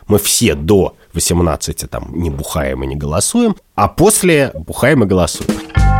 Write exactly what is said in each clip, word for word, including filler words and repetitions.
Мы все до восемнадцати там не бухаем и не голосуем, а после бухаем и голосуем.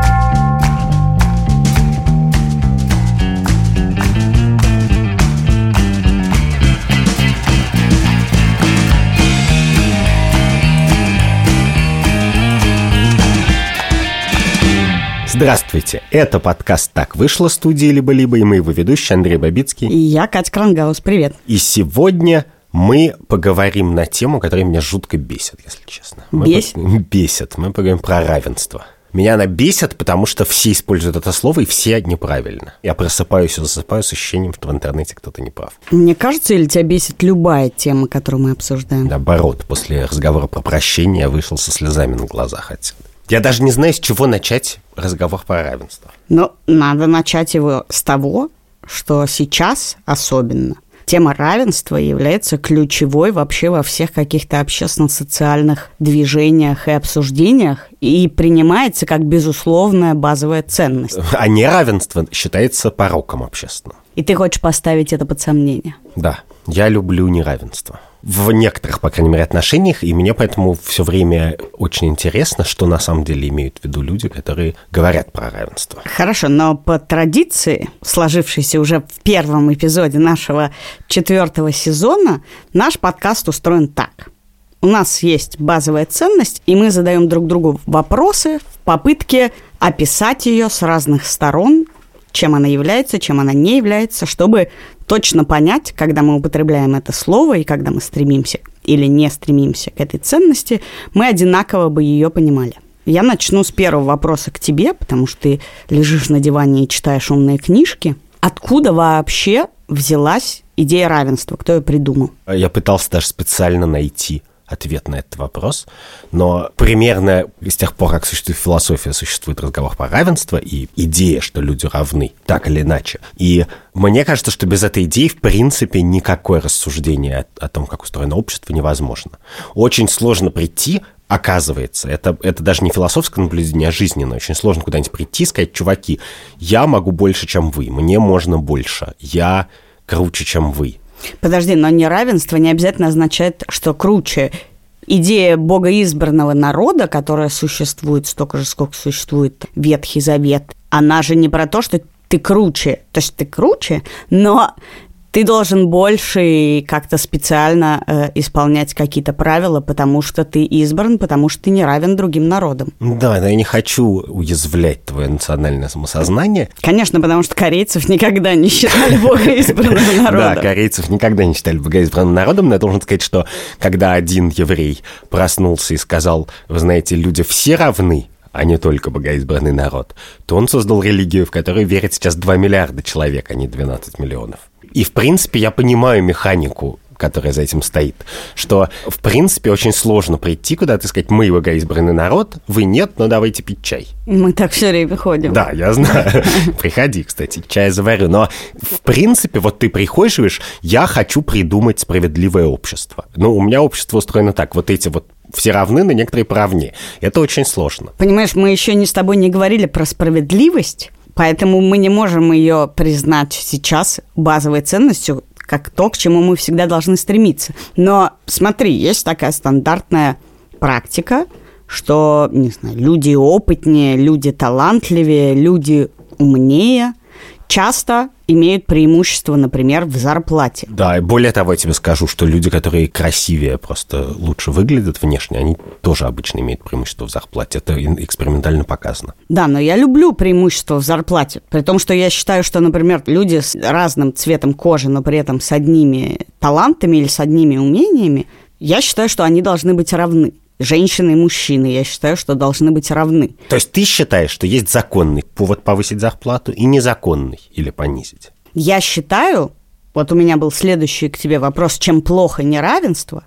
Здравствуйте, это подкаст «Так вышло» студии «Либо-либо», и мы его ведущие Андрей Бабицкий. И я, Катя Крангаус, привет. И сегодня мы поговорим на тему, которая меня жутко бесит, если честно. Бесит? Мы бесит. Мы поговорим про равенство. Меня она бесит, потому что все используют это слово, и все неправильно. Я просыпаюсь и засыпаю с ощущением, что в интернете кто-то не прав. Мне кажется, или тебя бесит любая тема, которую мы обсуждаем? Наоборот, после разговора про прощение я вышел со слезами на глазах отсюда. Я даже не знаю, с чего начать разговор про равенство. Но надо начать его с того, что сейчас особенно тема равенства является ключевой вообще во всех каких-то общественно-социальных движениях и обсуждениях и принимается как безусловная базовая ценность. А неравенство считается пороком общественным. И ты хочешь поставить это под сомнение? Да, я люблю неравенство. В некоторых, по крайней мере, отношениях, и мне поэтому все время очень интересно, что на самом деле имеют в виду люди, которые говорят про равенство. Хорошо, но по традиции, сложившейся уже в первом эпизоде нашего четвертого сезона, наш подкаст устроен так. У нас есть базовая ценность, и мы задаем друг другу вопросы в попытке описать ее с разных сторон, чем она является, чем она не является, чтобы точно понять, когда мы употребляем это слово и когда мы стремимся или не стремимся к этой ценности, мы одинаково бы ее понимали. Я начну с первого вопроса к тебе, потому что ты лежишь на диване и читаешь умные книжки. Откуда вообще взялась идея равенства? Кто ее придумал? Я пытался даже специально найти ответ на этот вопрос, но примерно с тех пор, как существует философия, существует разговор про равенство и идея, что люди равны, так или иначе. И мне кажется, что без этой идеи, в принципе, никакое рассуждение о, о том, как устроено общество, невозможно. Очень сложно прийти, оказывается, это, это даже не философское наблюдение, а жизненное. Очень сложно куда-нибудь прийти и сказать: чуваки, я могу больше, чем вы, мне можно больше, я круче, чем вы. Подожди, но неравенство не обязательно означает, что круче. Идея богоизбранного народа, которая существует столько же, сколько существует Ветхий Завет, она же не про то, что ты круче. То есть ты круче, но ты должен больше как-то специально э, исполнять какие-то правила, потому что ты избран, потому что ты не равен другим народам. Да, но я не хочу уязвлять твое национальное самосознание. Конечно, потому что корейцев никогда не считали богоизбранным народом. Да, корейцев никогда не считали богоизбранным народом, но я должен сказать, что когда один еврей проснулся и сказал: вы знаете, люди все равны, а не только богоизбранный народ, то он создал религию, в которой верит сейчас два миллиарда человек, а не двенадцать миллионов. И, в принципе, я понимаю механику, которая за этим стоит, что, в принципе, очень сложно прийти куда-то и сказать: мы богоизбранный народ, вы нет, но давайте пить чай. Мы так все время ходим. Да, я знаю. Приходи, кстати, чай заварю. Но, в принципе, вот ты приходишь и говоришь: я хочу придумать справедливое общество. Ну, у меня общество устроено так, вот эти вот все равны, но некоторые поравнее. Это очень сложно. Понимаешь, мы еще не с тобой не говорили про справедливость, поэтому мы не можем ее признать сейчас базовой ценностью, как то, к чему мы всегда должны стремиться. Но смотри, есть такая стандартная практика, что, не знаю, люди опытнее, люди талантливее, люди умнее часто имеют преимущество, например, в зарплате. Да, и более того, я тебе скажу, что люди, которые красивее, просто лучше выглядят внешне, они тоже обычно имеют преимущество в зарплате. Это экспериментально показано. Да, но я люблю преимущество в зарплате, при том, что я считаю, что, например, люди с разным цветом кожи, но при этом с одними талантами или с одними умениями, я считаю, что они должны быть равны. Женщины и мужчины, я считаю, что должны быть равны. То есть ты считаешь, что есть законный повод повысить зарплату и незаконный или понизить? Я считаю, вот у меня был следующий к тебе вопрос: чем плохо неравенство,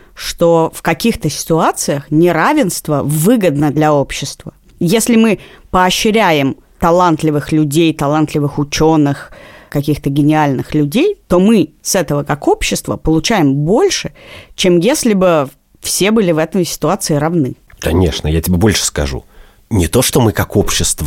что в каких-то ситуациях неравенство выгодно для общества. Если мы поощряем талантливых людей, талантливых ученых, каких-то гениальных людей, то мы с этого как общество получаем больше, чем если бы все были в этой ситуации равны. Конечно, я тебе больше скажу. Не то, что мы как общество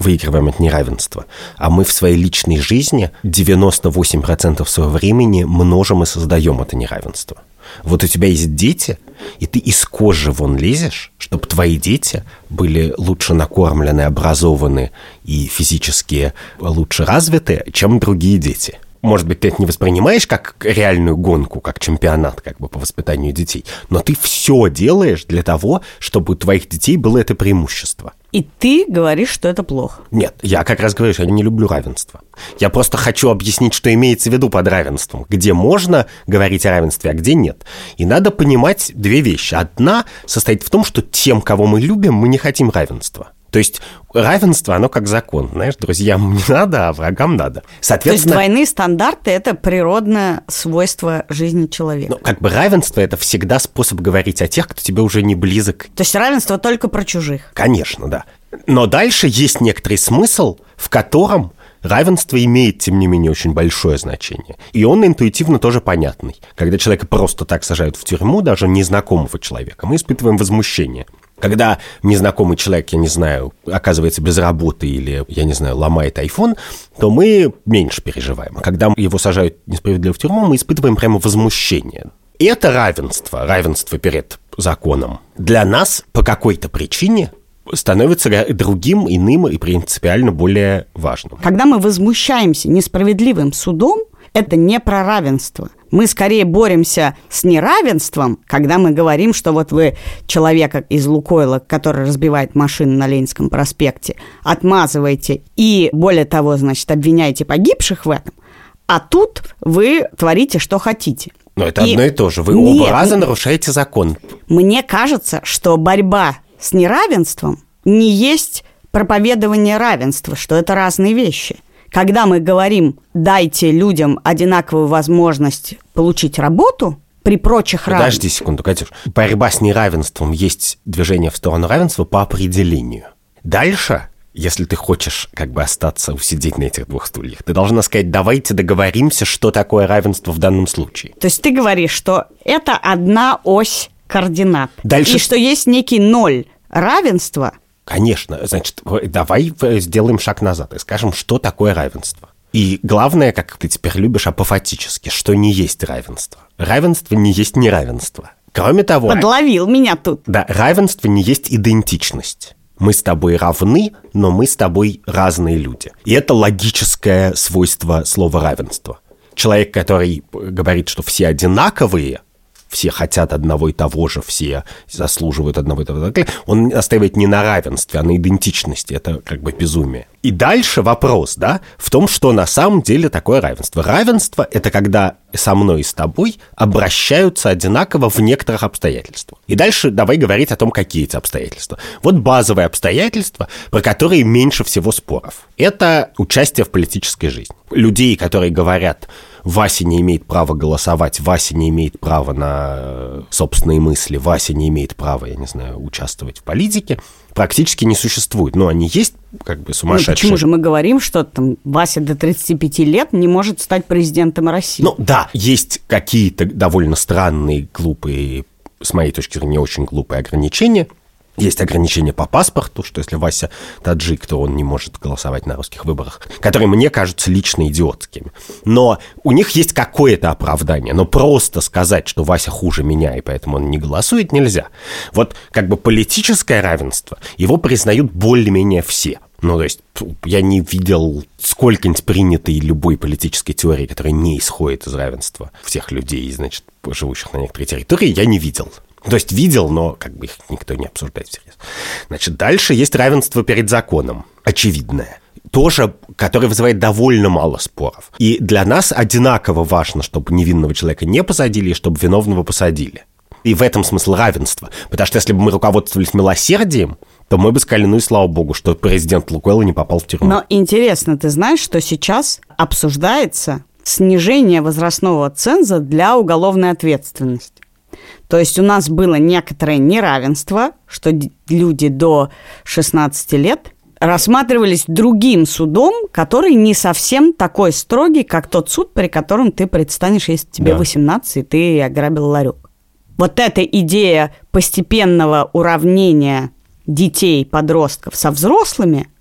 выигрываем от неравенства, а мы в своей личной жизни девяносто восемь процентов своего времени множим и создаем это неравенство. Вот у тебя есть дети, и ты из кожи вон лезешь, чтобы твои дети были лучше накормлены, образованы и физически лучше развиты, чем другие дети. Может быть, ты это не воспринимаешь как реальную гонку, как чемпионат как бы по воспитанию детей, но ты все делаешь для того, чтобы у твоих детей было это преимущество. И ты говоришь, что это плохо. Нет, я как раз говорю, что я не люблю равенство. Я просто хочу объяснить, что имеется в виду под равенством, где можно говорить о равенстве, а где нет. И надо понимать две вещи. Одна состоит в том, что тем, кого мы любим, мы не хотим равенства. То есть равенство, оно как закон. Знаешь, друзьям не надо, а врагам надо. Соответственно, то есть двойные стандарты – это природное свойство жизни человека. Ну, как бы равенство – это всегда способ говорить о тех, кто тебе уже не близок. То есть равенство только про чужих. Конечно, да. Но дальше есть некоторый смысл, в котором равенство имеет, тем не менее, очень большое значение. И он интуитивно тоже понятный. Когда человека просто так сажают в тюрьму, даже незнакомого человека, мы испытываем возмущение. Когда незнакомый человек, я не знаю, оказывается без работы или, я не знаю, ломает айфон, то мы меньше переживаем. А когда его сажают несправедливо в тюрьму, мы испытываем прямо возмущение. И это равенство, равенство перед законом. Для нас по какой-то причине становится другим, иным и принципиально более важным. Когда мы возмущаемся несправедливым судом, это не про равенство. Мы скорее боремся с неравенством, когда мы говорим, что вот вы человека из Лукойла, который разбивает машину на Ленинском проспекте, отмазываете и, более того, значит, обвиняете погибших в этом, а тут вы творите, что хотите. Но это и... одно и то же. Вы Нет, оба раза нарушаете закон. Мне кажется, что борьба с неравенством не есть проповедование равенства, что это разные вещи. Когда мы говорим, дайте людям одинаковую возможность получить работу при прочих равенствах... Подожди секунду, Катюш. Борьба с неравенством есть движение в сторону равенства по определению. Дальше, если ты хочешь как бы остаться, усидеть на этих двух стульях, ты должна сказать, давайте договоримся, что такое равенство в данном случае. То есть ты говоришь, что это одна ось координат. Дальше... И что есть некий ноль равенства... Конечно. Значит, давай сделаем шаг назад и скажем, что такое равенство. И главное, как ты теперь любишь, апофатически, что не есть равенство. Равенство не есть неравенство. Кроме того... Подловил меня тут. Да, равенство не есть идентичность. Мы с тобой равны, но мы с тобой разные люди. И это логическое свойство слова равенство. Человек, который говорит, что все одинаковые... все хотят одного и того же, все заслуживают одного и того же, он настаивает не на равенстве, а на идентичности. Это как бы безумие. И дальше вопрос, да, в том, что на самом деле такое равенство. Равенство – это когда со мной и с тобой обращаются одинаково в некоторых обстоятельствах. И дальше давай говорить о том, какие эти обстоятельства. Вот базовые обстоятельства, про которые меньше всего споров. Это участие в политической жизни. Людей, которые говорят... Вася не имеет права голосовать, Вася не имеет права на собственные мысли, Вася не имеет права, я не знаю, участвовать в политике, практически не существует. Но они есть как бы сумасшедшие. Ну, почему же мы говорим, что там Вася до тридцати пяти лет не может стать президентом России? Ну да, есть какие-то довольно странные, глупые, с моей точки зрения, очень глупые ограничения. Есть ограничения по паспорту, что если Вася таджик, то он не может голосовать на русских выборах, которые мне кажутся лично идиотскими. Но у них есть какое-то оправдание. Но просто сказать, что Вася хуже меня, и поэтому он не голосует, нельзя. Вот как бы политическое равенство, его признают более-менее все. Ну, то есть я не видел сколько-нибудь принятой любой политической теории, которая не исходит из равенства всех людей, значит, живущих на некоторой территории, я не видел. То есть видел, но как бы их никто не обсуждает всерьез. Значит, дальше есть равенство перед законом, очевидное. Тоже, которое вызывает довольно мало споров. И для нас одинаково важно, чтобы невинного человека не посадили, и чтобы виновного посадили. И в этом смысл равенства. Потому что если бы мы руководствовались милосердием, то мы бы сказали, ну и слава богу, что президент Лукойла не попал в тюрьму. Но интересно, ты знаешь, что сейчас обсуждается снижение возрастного ценза для уголовной ответственности. То есть у нас было некоторое неравенство, что люди до шестнадцати лет рассматривались другим судом, который не совсем такой строгий, как тот суд, при котором ты предстанешь, если тебе да. восемнадцать, и ты ограбил ларек. Вот эта идея постепенного уравнения детей, подростков со взрослыми,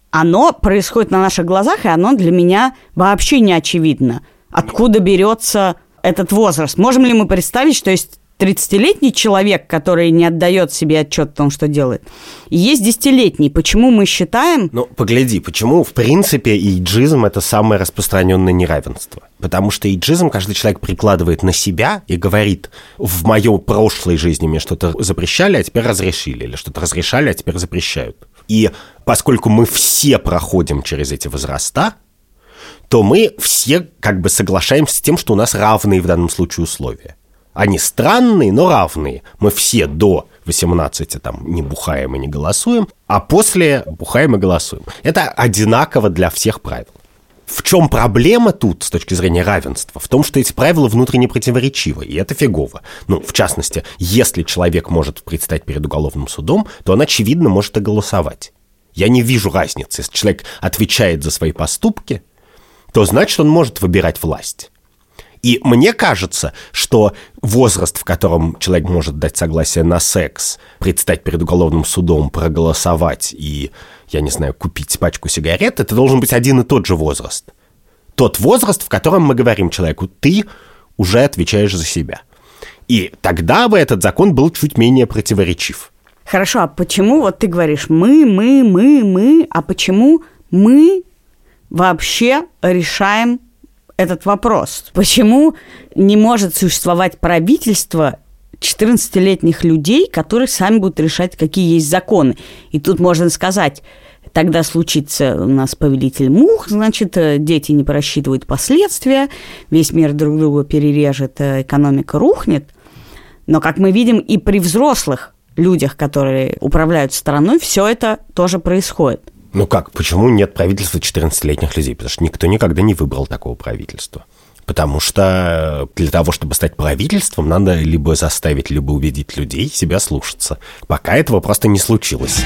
оно происходит на наших глазах, и оно для меня вообще не очевидно. Откуда берется этот возраст? Можем ли мы представить, что есть тридцатилетний человек, который не отдает себе отчет о том, что делает, и есть десятилетний? Почему мы считаем... Ну, погляди, почему, в принципе, эйджизм – это самое распространенное неравенство? Потому что эйджизм каждый человек прикладывает на себя и говорит: в моей прошлой жизни мне что-то запрещали, а теперь разрешили, или что-то разрешали, а теперь запрещают. И поскольку мы все проходим через эти возраста, то мы все как бы соглашаемся с тем, что у нас равные в данном случае условия. Они странные, но равные. Мы все до восемнадцати там не бухаем и не голосуем, а после бухаем и голосуем. Это одинаково для всех правил. В чем проблема тут с точки зрения равенства? В том, что эти правила внутренне противоречивы, и это фигово. Ну, в частности, если человек может предстать перед уголовным судом, то он, очевидно, может и голосовать. Я не вижу разницы. Если человек отвечает за свои поступки, то значит, он может выбирать власть. И мне кажется, что возраст, в котором человек может дать согласие на секс, предстать перед уголовным судом, проголосовать и, я не знаю, купить пачку сигарет, это должен быть один и тот же возраст. Тот возраст, в котором мы говорим человеку: ты уже отвечаешь за себя. И тогда бы этот закон был чуть менее противоречив. Хорошо, а почему, вот ты говоришь, мы, мы, мы, мы, а почему мы вообще решаем этот вопрос? Почему не может существовать правительство четырнадцатилетних людей, которые сами будут решать, какие есть законы? И тут можно сказать: тогда случится у нас повелитель мух, значит, дети не просчитывают последствия, весь мир друг друга перережет, экономика рухнет. Но, как мы видим, и при взрослых людях, которые управляют страной, все это тоже происходит. Ну как, почему нет правительства четырнадцатилетних людей? Потому что никто никогда не выбрал такого правительства. Потому что для того, чтобы стать правительством, надо либо заставить, либо убедить людей себя слушаться. Пока этого просто не случилось.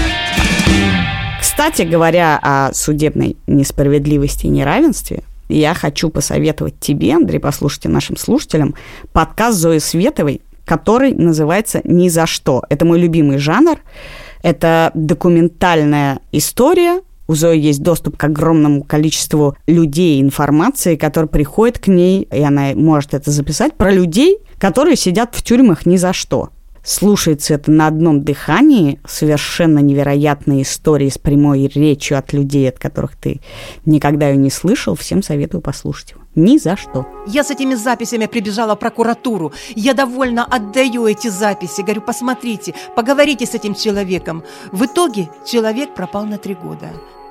Кстати говоря о судебной несправедливости и неравенстве, я хочу посоветовать тебе, Андрей, послушать и нашим слушателям подкаст Зои Световой, который называется «Ни за что». Это мой любимый жанр. Это документальная история. У Зои есть доступ к огромному количеству людей, информации, которые приходят к ней, и она может это записать, про людей, которые сидят в тюрьмах ни за что. Слушается это на одном дыхании, совершенно невероятные истории с прямой речью от людей, от которых ты никогда ее не слышал. Всем советую послушать его. Ни за что. Я с этими записями прибежала в прокуратуру. Я довольно отдаю эти записи. Говорю: посмотрите, поговорите с этим человеком. В итоге человек пропал на три года.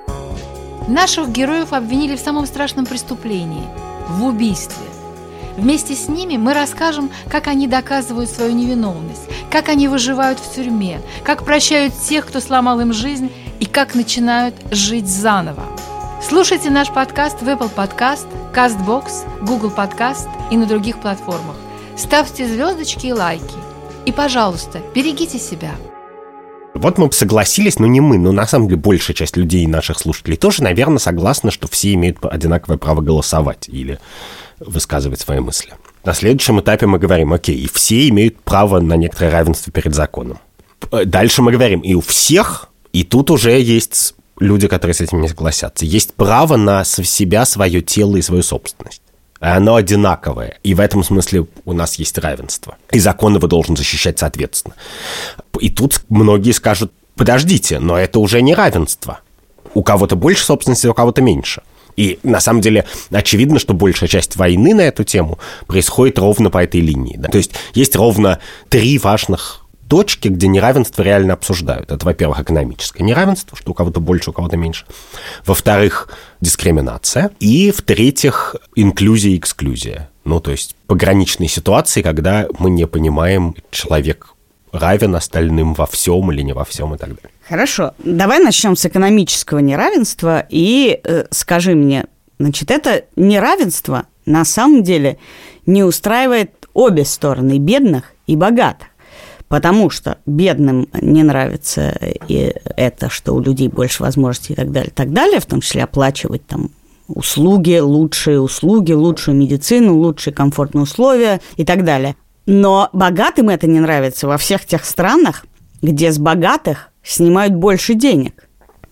Наших героев обвинили в самом страшном преступлении – в убийстве. Вместе с ними мы расскажем, как они доказывают свою невиновность, как они выживают в тюрьме, как прощают тех, кто сломал им жизнь, и как начинают жить заново. Слушайте наш подкаст в Apple Podcast, CastBox, Google Podcast и на других платформах. Ставьте звездочки и лайки. И, пожалуйста, берегите себя. Вот мы бы согласились, но не мы, но на самом деле большая часть людей и наших слушателей тоже, наверное, согласна, что все имеют одинаковое право голосовать или высказывать свои мысли. На следующем этапе мы говорим: окей, и все имеют право на некоторое равенство перед законом. Дальше мы говорим: и у всех, и тут уже есть люди, которые с этим не согласятся, есть право на себя, свое тело и свою собственность. Оно одинаковое, и в этом смысле у нас есть равенство. И закон его должен защищать соответственно. И тут многие скажут: подождите, но это уже не равенство. У кого-то больше собственности, у кого-то меньше. И на самом деле очевидно, что большая часть войны на эту тему происходит ровно по этой линии. Да? То есть есть ровно три важных точки, где неравенство реально обсуждают. Это, во-первых, экономическое неравенство, что у кого-то больше, у кого-то меньше. Во-вторых, дискриминация. И, в-третьих, инклюзия и эксклюзия. Ну, то есть пограничные ситуации, когда мы не понимаем, человек равен остальным во всем или не во всем и так далее. Хорошо. Давай начнем с экономического неравенства. И э, скажи мне, значит, это неравенство на самом деле не устраивает обе стороны, бедных и богатых. Потому что бедным не нравится и это, что у людей больше возможностей и так далее, так далее, в том числе оплачивать там услуги, лучшие услуги, лучшую медицину, лучшие комфортные условия и так далее. Но богатым это не нравится во всех тех странах, где с богатых снимают больше денег.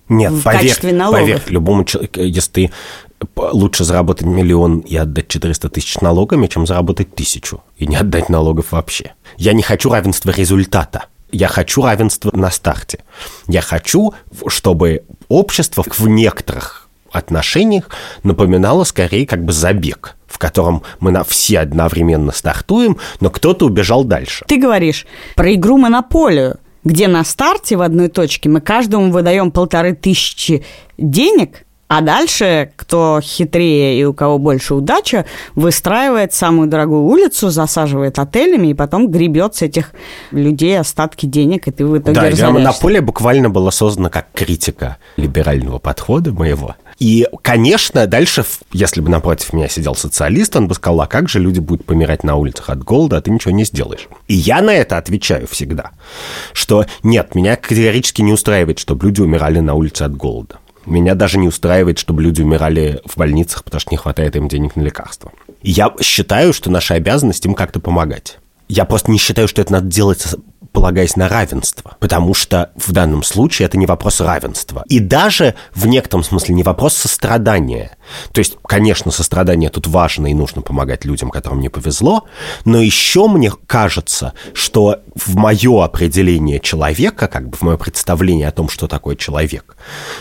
Нет, в поверь, качестве налогов. Поверь, любому человеку, если ты лучше заработать миллион и отдать четыреста тысяч налогами, чем заработать тысячу и не отдать налогов вообще. Я не хочу равенства результата. Я хочу равенства на старте. Я хочу, чтобы общество в некоторых отношениях напоминало скорее как бы забег, в котором мы на все одновременно стартуем, но кто-то убежал дальше. Ты говоришь про игру «Монополию», где на старте в одной точке мы каждому выдаем полторы тысячи денег, а дальше, кто хитрее и у кого больше удача, выстраивает самую дорогую улицу, засаживает отелями и потом гребет с этих людей остатки денег, и ты в итоге да, разоряешься. Да, монополия буквально была создана как критика либерального подхода моего. И, конечно, дальше, если бы напротив меня сидел социалист, он бы сказал, а как же люди будут помирать на улицах от голода, а ты ничего не сделаешь. И я на это отвечаю всегда, что нет, меня категорически не устраивает, чтобы люди умирали на улице от голода. Меня даже не устраивает, чтобы люди умирали в больницах, потому что не хватает им денег на лекарства. И я считаю, что наша обязанность им как-то помогать. Я просто не считаю, что это надо делать, полагаясь на равенство, потому что в данном случае это не вопрос равенства. И даже в некотором смысле не вопрос сострадания. То есть, конечно, сострадание тут важно и нужно помогать людям, которым не повезло, но еще мне кажется, что в мое определение человека, как бы в мое представление о том, что такое человек,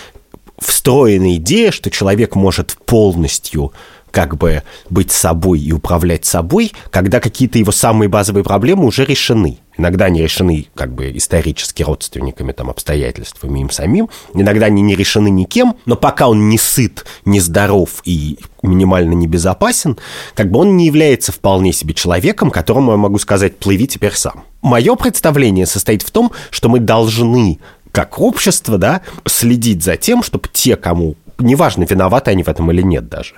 встроена идея, что человек может полностью как бы быть собой и управлять собой, когда какие-то его самые базовые проблемы уже решены. Иногда они решены как бы исторически родственниками, там, обстоятельствами им самим. Иногда они не решены никем, но пока он не сыт, не здоров и минимально небезопасен, как бы он не является вполне себе человеком, которому я могу сказать «плыви теперь сам». Мое представление состоит в том, что мы должны как общество, да, следить за тем, чтобы те, кому, неважно, виноваты они в этом или нет даже,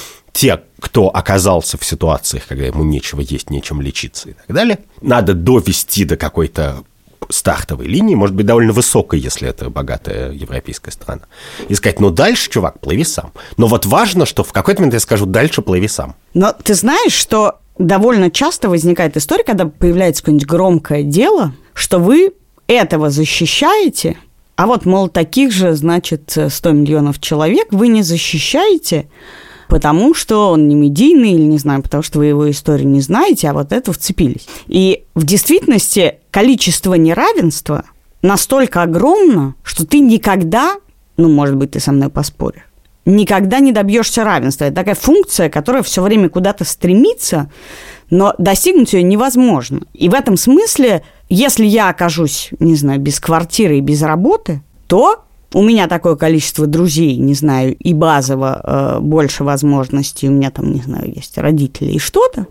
те, кто оказался в ситуациях, когда ему нечего есть, нечем лечиться и так далее, надо довести до какой-то стартовой линии, может быть, довольно высокой, если это богатая европейская страна, и сказать, ну, дальше, чувак, плыви сам. Но вот важно, что в какой-то момент я скажу, дальше плыви сам. Но ты знаешь, что довольно часто возникает история, когда появляется какое-нибудь громкое дело, что вы этого защищаете, а вот, мол, таких же, значит, сто миллионов человек вы не защищаете, потому что он не медийный или, не знаю, потому что вы его историю не знаете, а вот это вцепились. И в действительности количество неравенства настолько огромно, что ты никогда, ну, может быть, ты со мной поспоришь, никогда не добьешься равенства. Это такая функция, которая все время куда-то стремится, но достигнуть ее невозможно. И в этом смысле, если я окажусь, не знаю, без квартиры и без работы, то у меня такое количество друзей, не знаю, и базово э, больше возможностей, у меня там, не знаю, есть родители и что-то,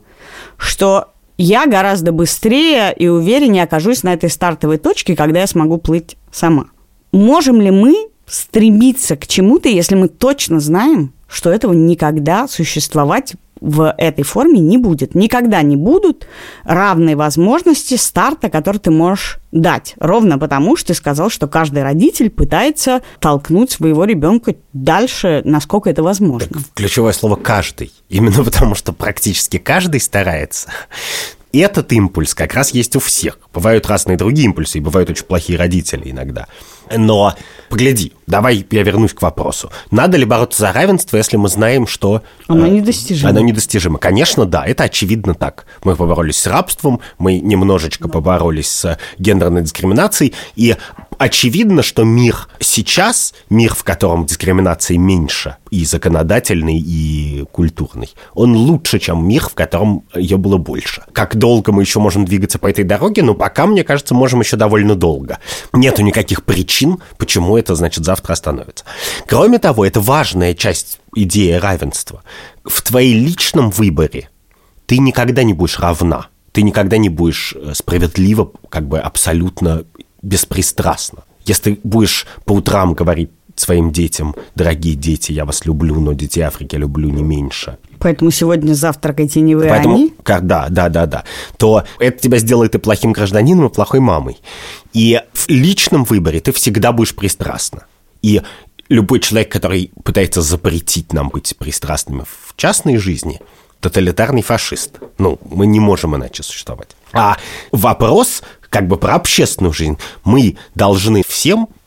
что я гораздо быстрее и увереннее окажусь на этой стартовой точке, когда я смогу плыть сама. Можем ли мы стремиться к чему-то, если мы точно знаем, что этого никогда существовать в этой форме не будет? Никогда не будут равные возможности старта, который ты можешь дать. Ровно потому, что ты сказал, что каждый родитель пытается толкнуть своего ребенка дальше, насколько это возможно. Так, ключевое слово «каждый». Именно потому, что практически каждый старается. И этот импульс как раз есть у всех. Бывают разные другие импульсы, и бывают очень плохие родители иногда. Но, погляди, давай я вернусь к вопросу. Надо ли бороться за равенство, если мы знаем, что... Оно недостижимо. Оно недостижимо. Конечно, да, это очевидно так. Мы поборолись с рабством, мы немножечко поборолись с гендерной дискриминацией, и очевидно, что мир сейчас, мир, в котором дискриминации меньше, и законодательный, и культурный, он лучше, чем мир, в котором ее было больше. Как долго мы еще можем двигаться по этой дороге? Ну, пока, мне кажется, можем еще довольно долго. Нету никаких причин, почему это, значит, завтра остановится. Кроме того, это важная часть идеи равенства. В твоем личном выборе ты никогда не будешь равна, ты никогда не будешь справедливо, как бы абсолютно беспристрастно. Если ты будешь по утрам говорить своим детям: дорогие дети, я вас люблю, но детей Африки люблю не меньше. Поэтому сегодня завтракайте не вы, Поэтому, а они. Да, да, да, да. То это тебя сделает и плохим гражданином, и плохой мамой. И в личном выборе ты всегда будешь пристрастна. И любой человек, который пытается запретить нам быть пристрастными в частной жизни, тоталитарный фашист. Ну, мы не можем иначе существовать. А вопрос как бы про общественную жизнь. Мы должны всем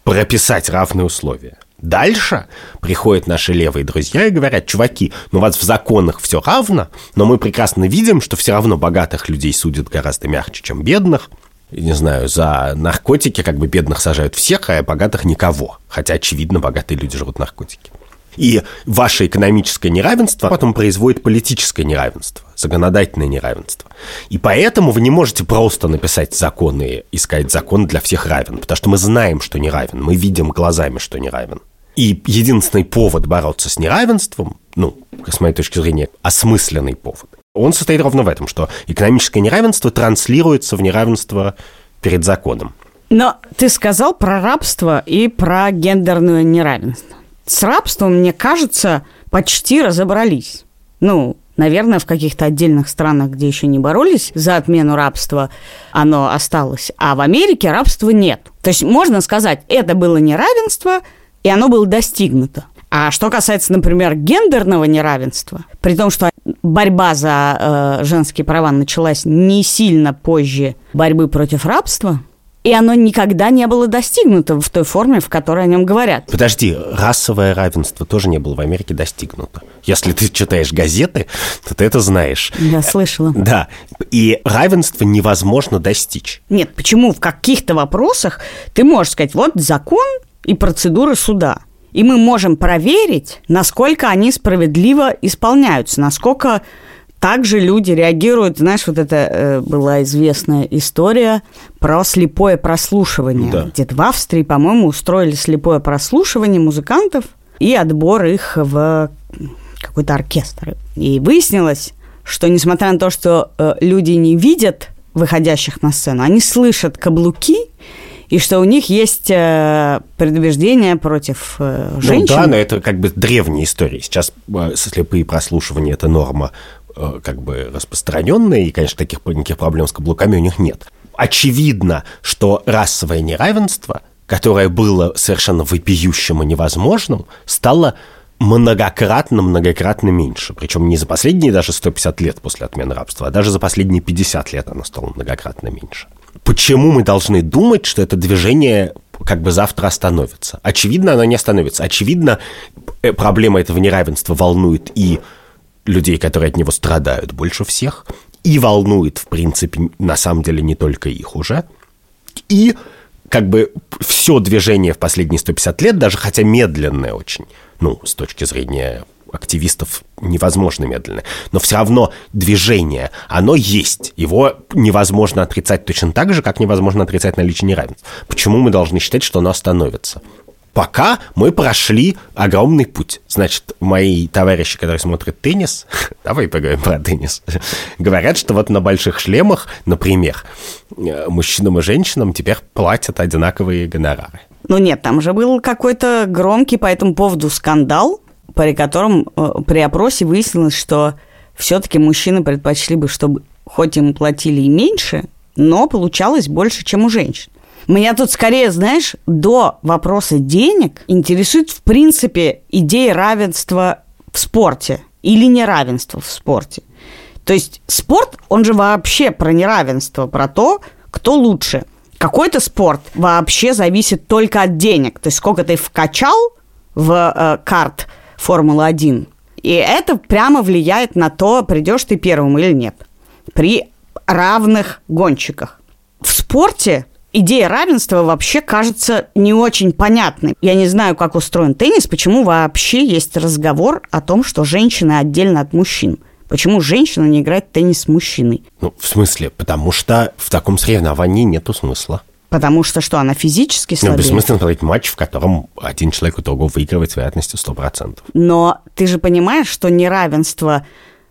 прописать равные условия. Дальше приходят наши левые друзья и говорят: чуваки, ну у вас в законах все равно, но мы прекрасно видим, что все равно богатых людей судят гораздо мягче, чем бедных. Не знаю, за наркотики как бы бедных сажают всех, а богатых никого. Хотя, очевидно, богатые люди жрут наркотики. И ваше экономическое неравенство потом производит политическое неравенство, законодательное неравенство. И поэтому вы не можете просто написать законы и сказать: закон для всех равен, потому что мы знаем, что не равен, мы видим глазами, что не равен. И единственный повод бороться с неравенством, ну, с моей точки зрения, осмысленный повод, он состоит ровно в этом, что экономическое неравенство транслируется в неравенство перед законом. Но ты сказал про рабство и про гендерное неравенство. С рабством, мне кажется, почти разобрались. Ну, наверное, в каких-то отдельных странах, где еще не боролись за отмену рабства, оно осталось. А в Америке рабства нет. То есть можно сказать, это было неравенство, и оно было достигнуто. А что касается, например, гендерного неравенства, при том, что борьба за э, женские права началась не сильно позже борьбы против рабства, и оно никогда не было достигнуто в той форме, в которой о нем говорят. Подожди, расовое равенство тоже не было в Америке достигнуто. Если ты читаешь газеты, то ты это знаешь. Я слышала. Да, и равенство невозможно достичь. Нет, почему? В каких-то вопросах ты можешь сказать: вот закон и процедуры суда. И мы можем проверить, насколько они справедливо исполняются, насколько также люди реагируют. Знаешь, вот это э, была известная история про слепое прослушивание. Да. Где-то в Австрии, по-моему, устроили слепое прослушивание музыкантов и отбор их в какой-то оркестр. И выяснилось, что несмотря на то, что э, люди не видят выходящих на сцену, они слышат каблуки, и что у них есть э, предубеждение против э, женщин. Ну да, но это как бы древняя история. Сейчас э, слепые прослушивания – это норма э, как бы распространенная, и, конечно, таких никаких проблем с каблуками у них нет. Очевидно, что расовое неравенство, которое было совершенно вопиющим и невозможным, стало многократно-многократно меньше. Причем не за последние даже сто пятьдесят лет после отмены рабства, а даже за последние пятьдесят лет оно стало многократно меньше. Почему мы должны думать, что это движение как бы завтра остановится? Очевидно, оно не остановится. Очевидно, проблема этого неравенства волнует и людей, которые от него страдают больше всех, и волнует, в принципе, на самом деле не только их уже, и как бы все движение в последние сто пятьдесят лет, даже хотя медленное очень, ну, с точки зрения активистов невозможно медленно, но все равно движение, оно есть, его невозможно отрицать точно так же, как невозможно отрицать наличие неравенства. Почему мы должны считать, что оно остановится? Пока мы прошли огромный путь. Значит, мои товарищи, которые смотрят теннис, давай поговорим про теннис, говорят, что вот на больших шлемах, например, мужчинам и женщинам теперь платят одинаковые гонорары. Ну нет, там же был какой-то громкий по этому поводу скандал, при котором при опросе выяснилось, что все-таки мужчины предпочли бы, чтобы хоть им платили и меньше, но получалось больше, чем у женщин. Меня тут скорее, знаешь, до вопроса денег интересует, в принципе, идея равенства в спорте или неравенства в спорте. То есть спорт, он же вообще про неравенство, про то, кто лучше. Какой-то спорт вообще зависит только от денег. То есть сколько ты вкачал в э, карт Формулы один, и это прямо влияет на то, придешь ты первым или нет, при равных гонщиках. В спорте идея равенства вообще кажется не очень понятной. Я не знаю, как устроен теннис, почему вообще есть разговор о том, что женщины отдельно от мужчин. Почему женщина не играет в теннис с мужчиной? Ну, в смысле, потому что в таком соревновании нету смысла. Потому что что, она физически слабее? Ну, бессмысленно смотреть матч, в котором один человек у другого выигрывает с вероятностью сто процентов. Но ты же понимаешь, что неравенство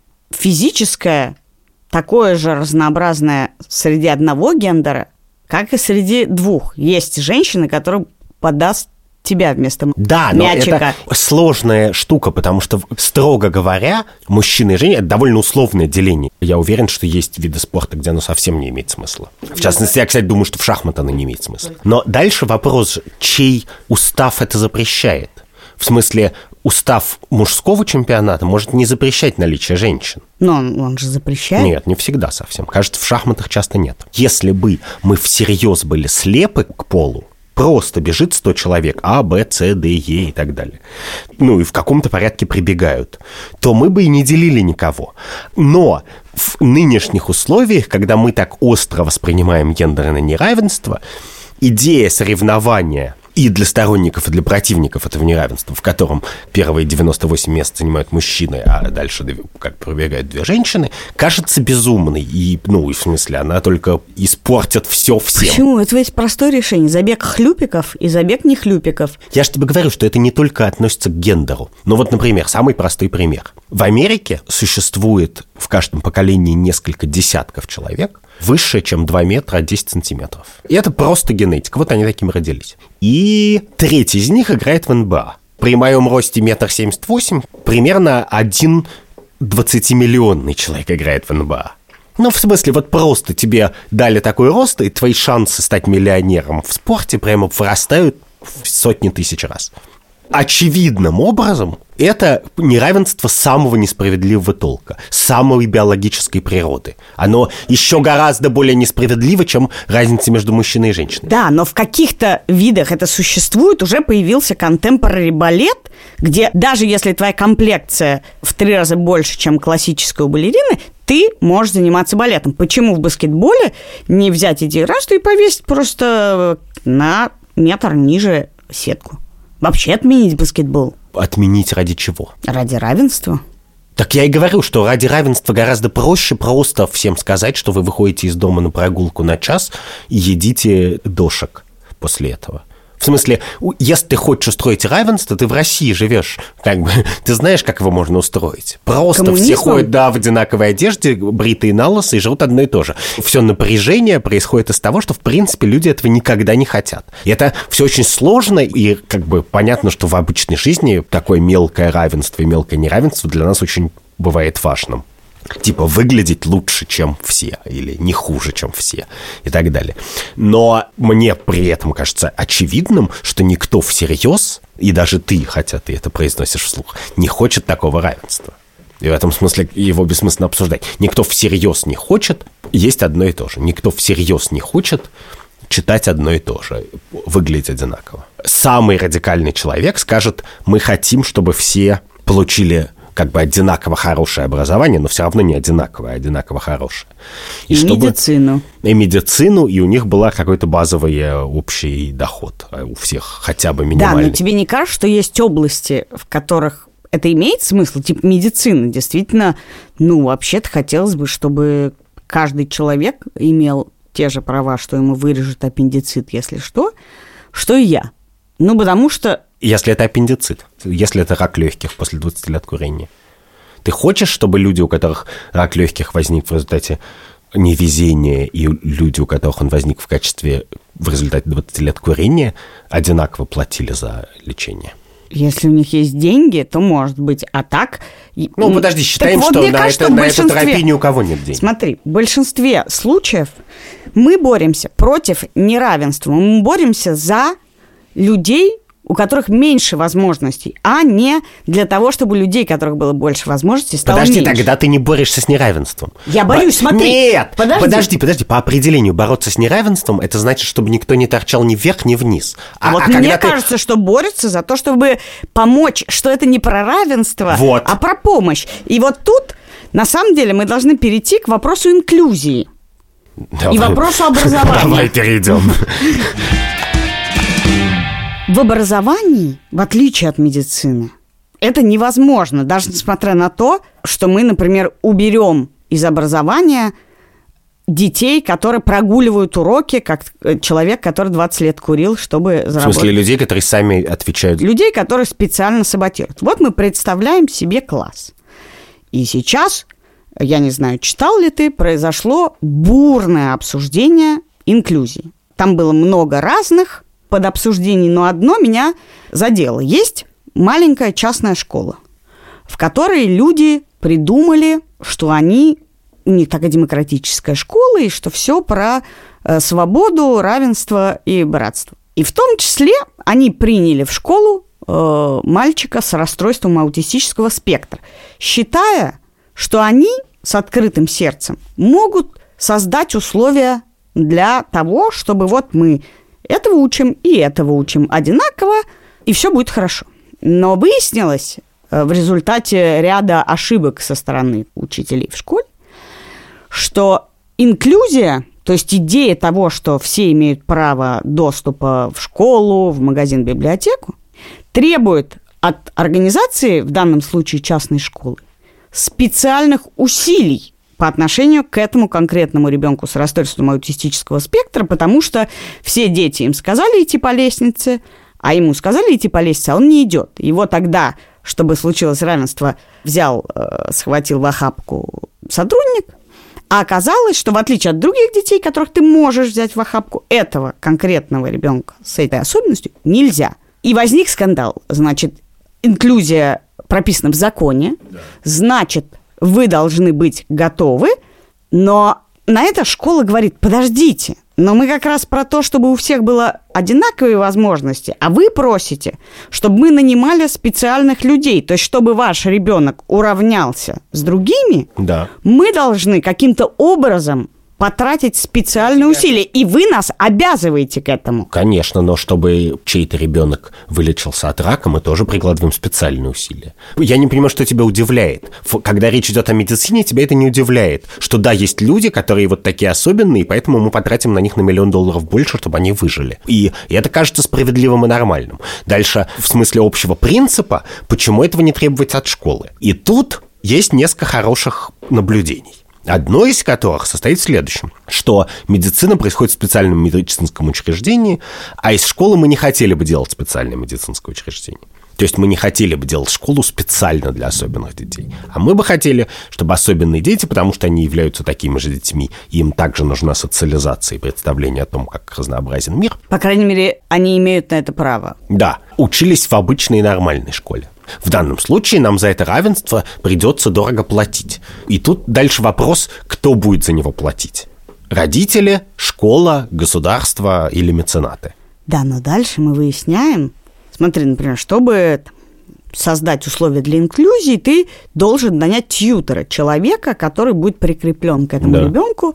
физическое такое же разнообразное среди одного гендера, как и среди двух. Есть женщины, которые подаст тебя вместо да, мячика. Да, но это сложная штука, потому что, строго говоря, мужчины и женщины – это довольно условное деление. Я уверен, что есть виды спорта, где оно совсем не имеет смысла. В частности, я, кстати, думаю, что в шахматы оно не имеет смысла. Но дальше вопрос, чей устав это запрещает? В смысле, устав мужского чемпионата может не запрещать наличие женщин. Но он, он же запрещает. Нет, не всегда совсем. Кажется, в шахматах часто нет. Если бы мы всерьез были слепы к полу, просто бежит сто человек, А, Б, С, Д, Е и так далее, ну и в каком-то порядке прибегают, то мы бы и не делили никого. Но в нынешних условиях, когда мы так остро воспринимаем гендерное неравенство, идея соревнования и для сторонников, и для противников этого неравенства, в котором первые девяносто восемь мест занимают мужчины, а дальше как пробегают две женщины, кажется безумной. И, ну, в смысле, она только испортит все всем. Почему? Это ведь простое решение. Забег хлюпиков и забег не хлюпиков. Я же тебе говорю, что это не только относится к гендеру. Но вот, например, самый простой пример. В Америке существует в каждом поколении несколько десятков человек, выше, чем два метра десять сантиметров. И это просто генетика. Вот они такими родились. И треть из них играет в эн бэ а. При моем росте метр семьдесят восемь примерно один двадцатимиллионный человек играет в эн бэ а. Ну, в смысле, вот просто тебе дали такой рост, и твои шансы стать миллионером в спорте прямо вырастают в сотни тысяч раз. Очевидным образом это неравенство самого несправедливого толка, самой биологической природы. Оно еще гораздо более несправедливо, чем разница между мужчиной и женщиной. Да, но в каких-то видах это существует. Уже появился contemporary балет, где даже если твоя комплекция в три раза больше, чем классическая у балерины, ты можешь заниматься балетом. Почему в баскетболе не взять идею расту и повесить просто на метр ниже сетку? Вообще отменить баскетбол. Отменить ради чего? Ради равенства. Так я и говорю, что ради равенства гораздо проще просто всем сказать, что вы выходите из дома на прогулку на час и едите дошек после этого. В смысле, если ты хочешь устроить равенство, ты в России живешь, как бы, ты знаешь, как его можно устроить. Просто коммунизм? Все ходят, да, в одинаковой одежде, бритые на лысо, и живут одно и то же. Все напряжение происходит из того, что, в принципе, люди этого никогда не хотят. И это все очень сложно, и как бы понятно, что в обычной жизни такое мелкое равенство и мелкое неравенство для нас очень бывает важным. Типа выглядеть лучше, чем все, или не хуже, чем все, и так далее. Но мне при этом кажется очевидным, что никто всерьез, и даже ты, хотя ты это произносишь вслух, не хочет такого равенства. И в этом смысле его бессмысленно обсуждать. Никто всерьез не хочет есть одно и то же. Никто всерьез не хочет читать одно и то же, выглядеть одинаково. Самый радикальный человек скажет: мы хотим, чтобы все получили как бы одинаково хорошее образование, но все равно не одинаковое, а одинаково хорошее. И, и чтобы... медицину. И медицину, и у них был какой-то базовый общий доход у всех, хотя бы минимальный. Да, но тебе не кажется, что есть области, в которых это имеет смысл? Типа медицина. Действительно, ну, вообще-то хотелось бы, чтобы каждый человек имел те же права, что ему вырежут аппендицит, если что, что и я. Ну, потому что... Если это аппендицит, если это рак легких после двадцати лет курения. Ты хочешь, чтобы люди, у которых рак легких возник в результате невезения, и люди, у которых он возник в качестве, в результате двадцати лет курения, одинаково платили за лечение? Если у них есть деньги, то может быть. А так... Ну, подожди, считаем, вот, что, на, кажется, это, на эту терапию ни у кого нет денег. Смотри, в большинстве случаев мы боремся против неравенства. Мы боремся за людей, у которых меньше возможностей, а не для того, чтобы у людей, у которых было больше возможностей, стало подожди, меньше. Подожди, тогда ты не борешься с неравенством. Я борюсь, Бо... смотри. Нет, подожди. подожди, подожди. По определению бороться с неравенством, это значит, чтобы никто не торчал ни вверх, ни вниз. А, вот а мне ты... кажется, что борются за то, чтобы помочь, что это не про равенство, вот. а про помощь. И вот тут, на самом деле, мы должны перейти к вопросу инклюзии. Давай. И вопросу образования. Давай перейдем. В образовании, в отличие от медицины, это невозможно, даже несмотря на то, что мы, например, уберем из образования детей, которые прогуливают уроки, как человек, который двадцать лет курил, чтобы заработать. В смысле, людей, которые сами отвечают? Людей, которые специально саботируют. Вот мы представляем себе класс. И сейчас, я не знаю, читал ли ты, произошло бурное обсуждение инклюзии. Там было много разных под обсуждений, но одно меня задело. Есть маленькая частная школа, в которой люди придумали, что они, у них такая демократическая школа, и что все про э, свободу, равенство и братство. И в том числе они приняли в школу э, мальчика с расстройством аутистического спектра, считая, что они с открытым сердцем могут создать условия для того, чтобы вот мы этого учим и этого учим одинаково, и все будет хорошо. Но выяснилось в результате ряда ошибок со стороны учителей в школе, что инклюзия, то есть идея того, что все имеют право доступа в школу, в магазин, в библиотеку, требует от организации, в данном случае частной школы, специальных усилий по отношению к этому конкретному ребенку с расстройством аутистического спектра, потому что все дети им сказали идти по лестнице, а ему сказали идти по лестнице, а он не идет. Его тогда, чтобы случилось равенство, взял, э, схватил в охапку сотрудник, а оказалось, что в отличие от других детей, которых ты можешь взять в охапку, этого конкретного ребенка с этой особенностью нельзя. И возник скандал. Значит, инклюзия прописана в законе, да. Значит, вы должны быть готовы, но на это школа говорит, подождите, но мы как раз про то, чтобы у всех было одинаковые возможности, а вы просите, чтобы мы нанимали специальных людей, то есть чтобы ваш ребенок уравнялся с другими, да. Мы должны каким-то образом потратить специальные усилия, и вы нас обязываете к этому. Конечно, но чтобы чей-то ребенок вылечился от рака, мы тоже прикладываем специальные усилия. Я не понимаю, что тебя удивляет. Когда речь идет о медицине, тебя это не удивляет. Что да, есть люди, которые вот такие особенные, и поэтому мы потратим на них на миллион долларов больше, чтобы они выжили. И это кажется справедливым и нормальным. Дальше, в смысле общего принципа, почему этого не требовать от школы? И тут есть несколько хороших наблюдений. Одно из которых состоит в следующем, что медицина происходит в специальном медицинском учреждении, а из школы мы не хотели бы делать специальное медицинское учреждение. То есть мы не хотели бы делать школу специально для особенных детей. А мы бы хотели, чтобы особенные дети, потому что они являются такими же детьми, им также нужна социализация и представление о том, как разнообразен мир. По крайней мере, они имеют на это право. Да, учились в обычной и нормальной школе. В данном случае нам за это равенство придется дорого платить. И тут дальше вопрос, кто будет за него платить. Родители, школа, государство или меценаты? Да, но дальше мы выясняем, смотри, например, чтобы создать условия для инклюзии, ты должен нанять тьютера, человека, который будет прикреплен к этому да. ребенку,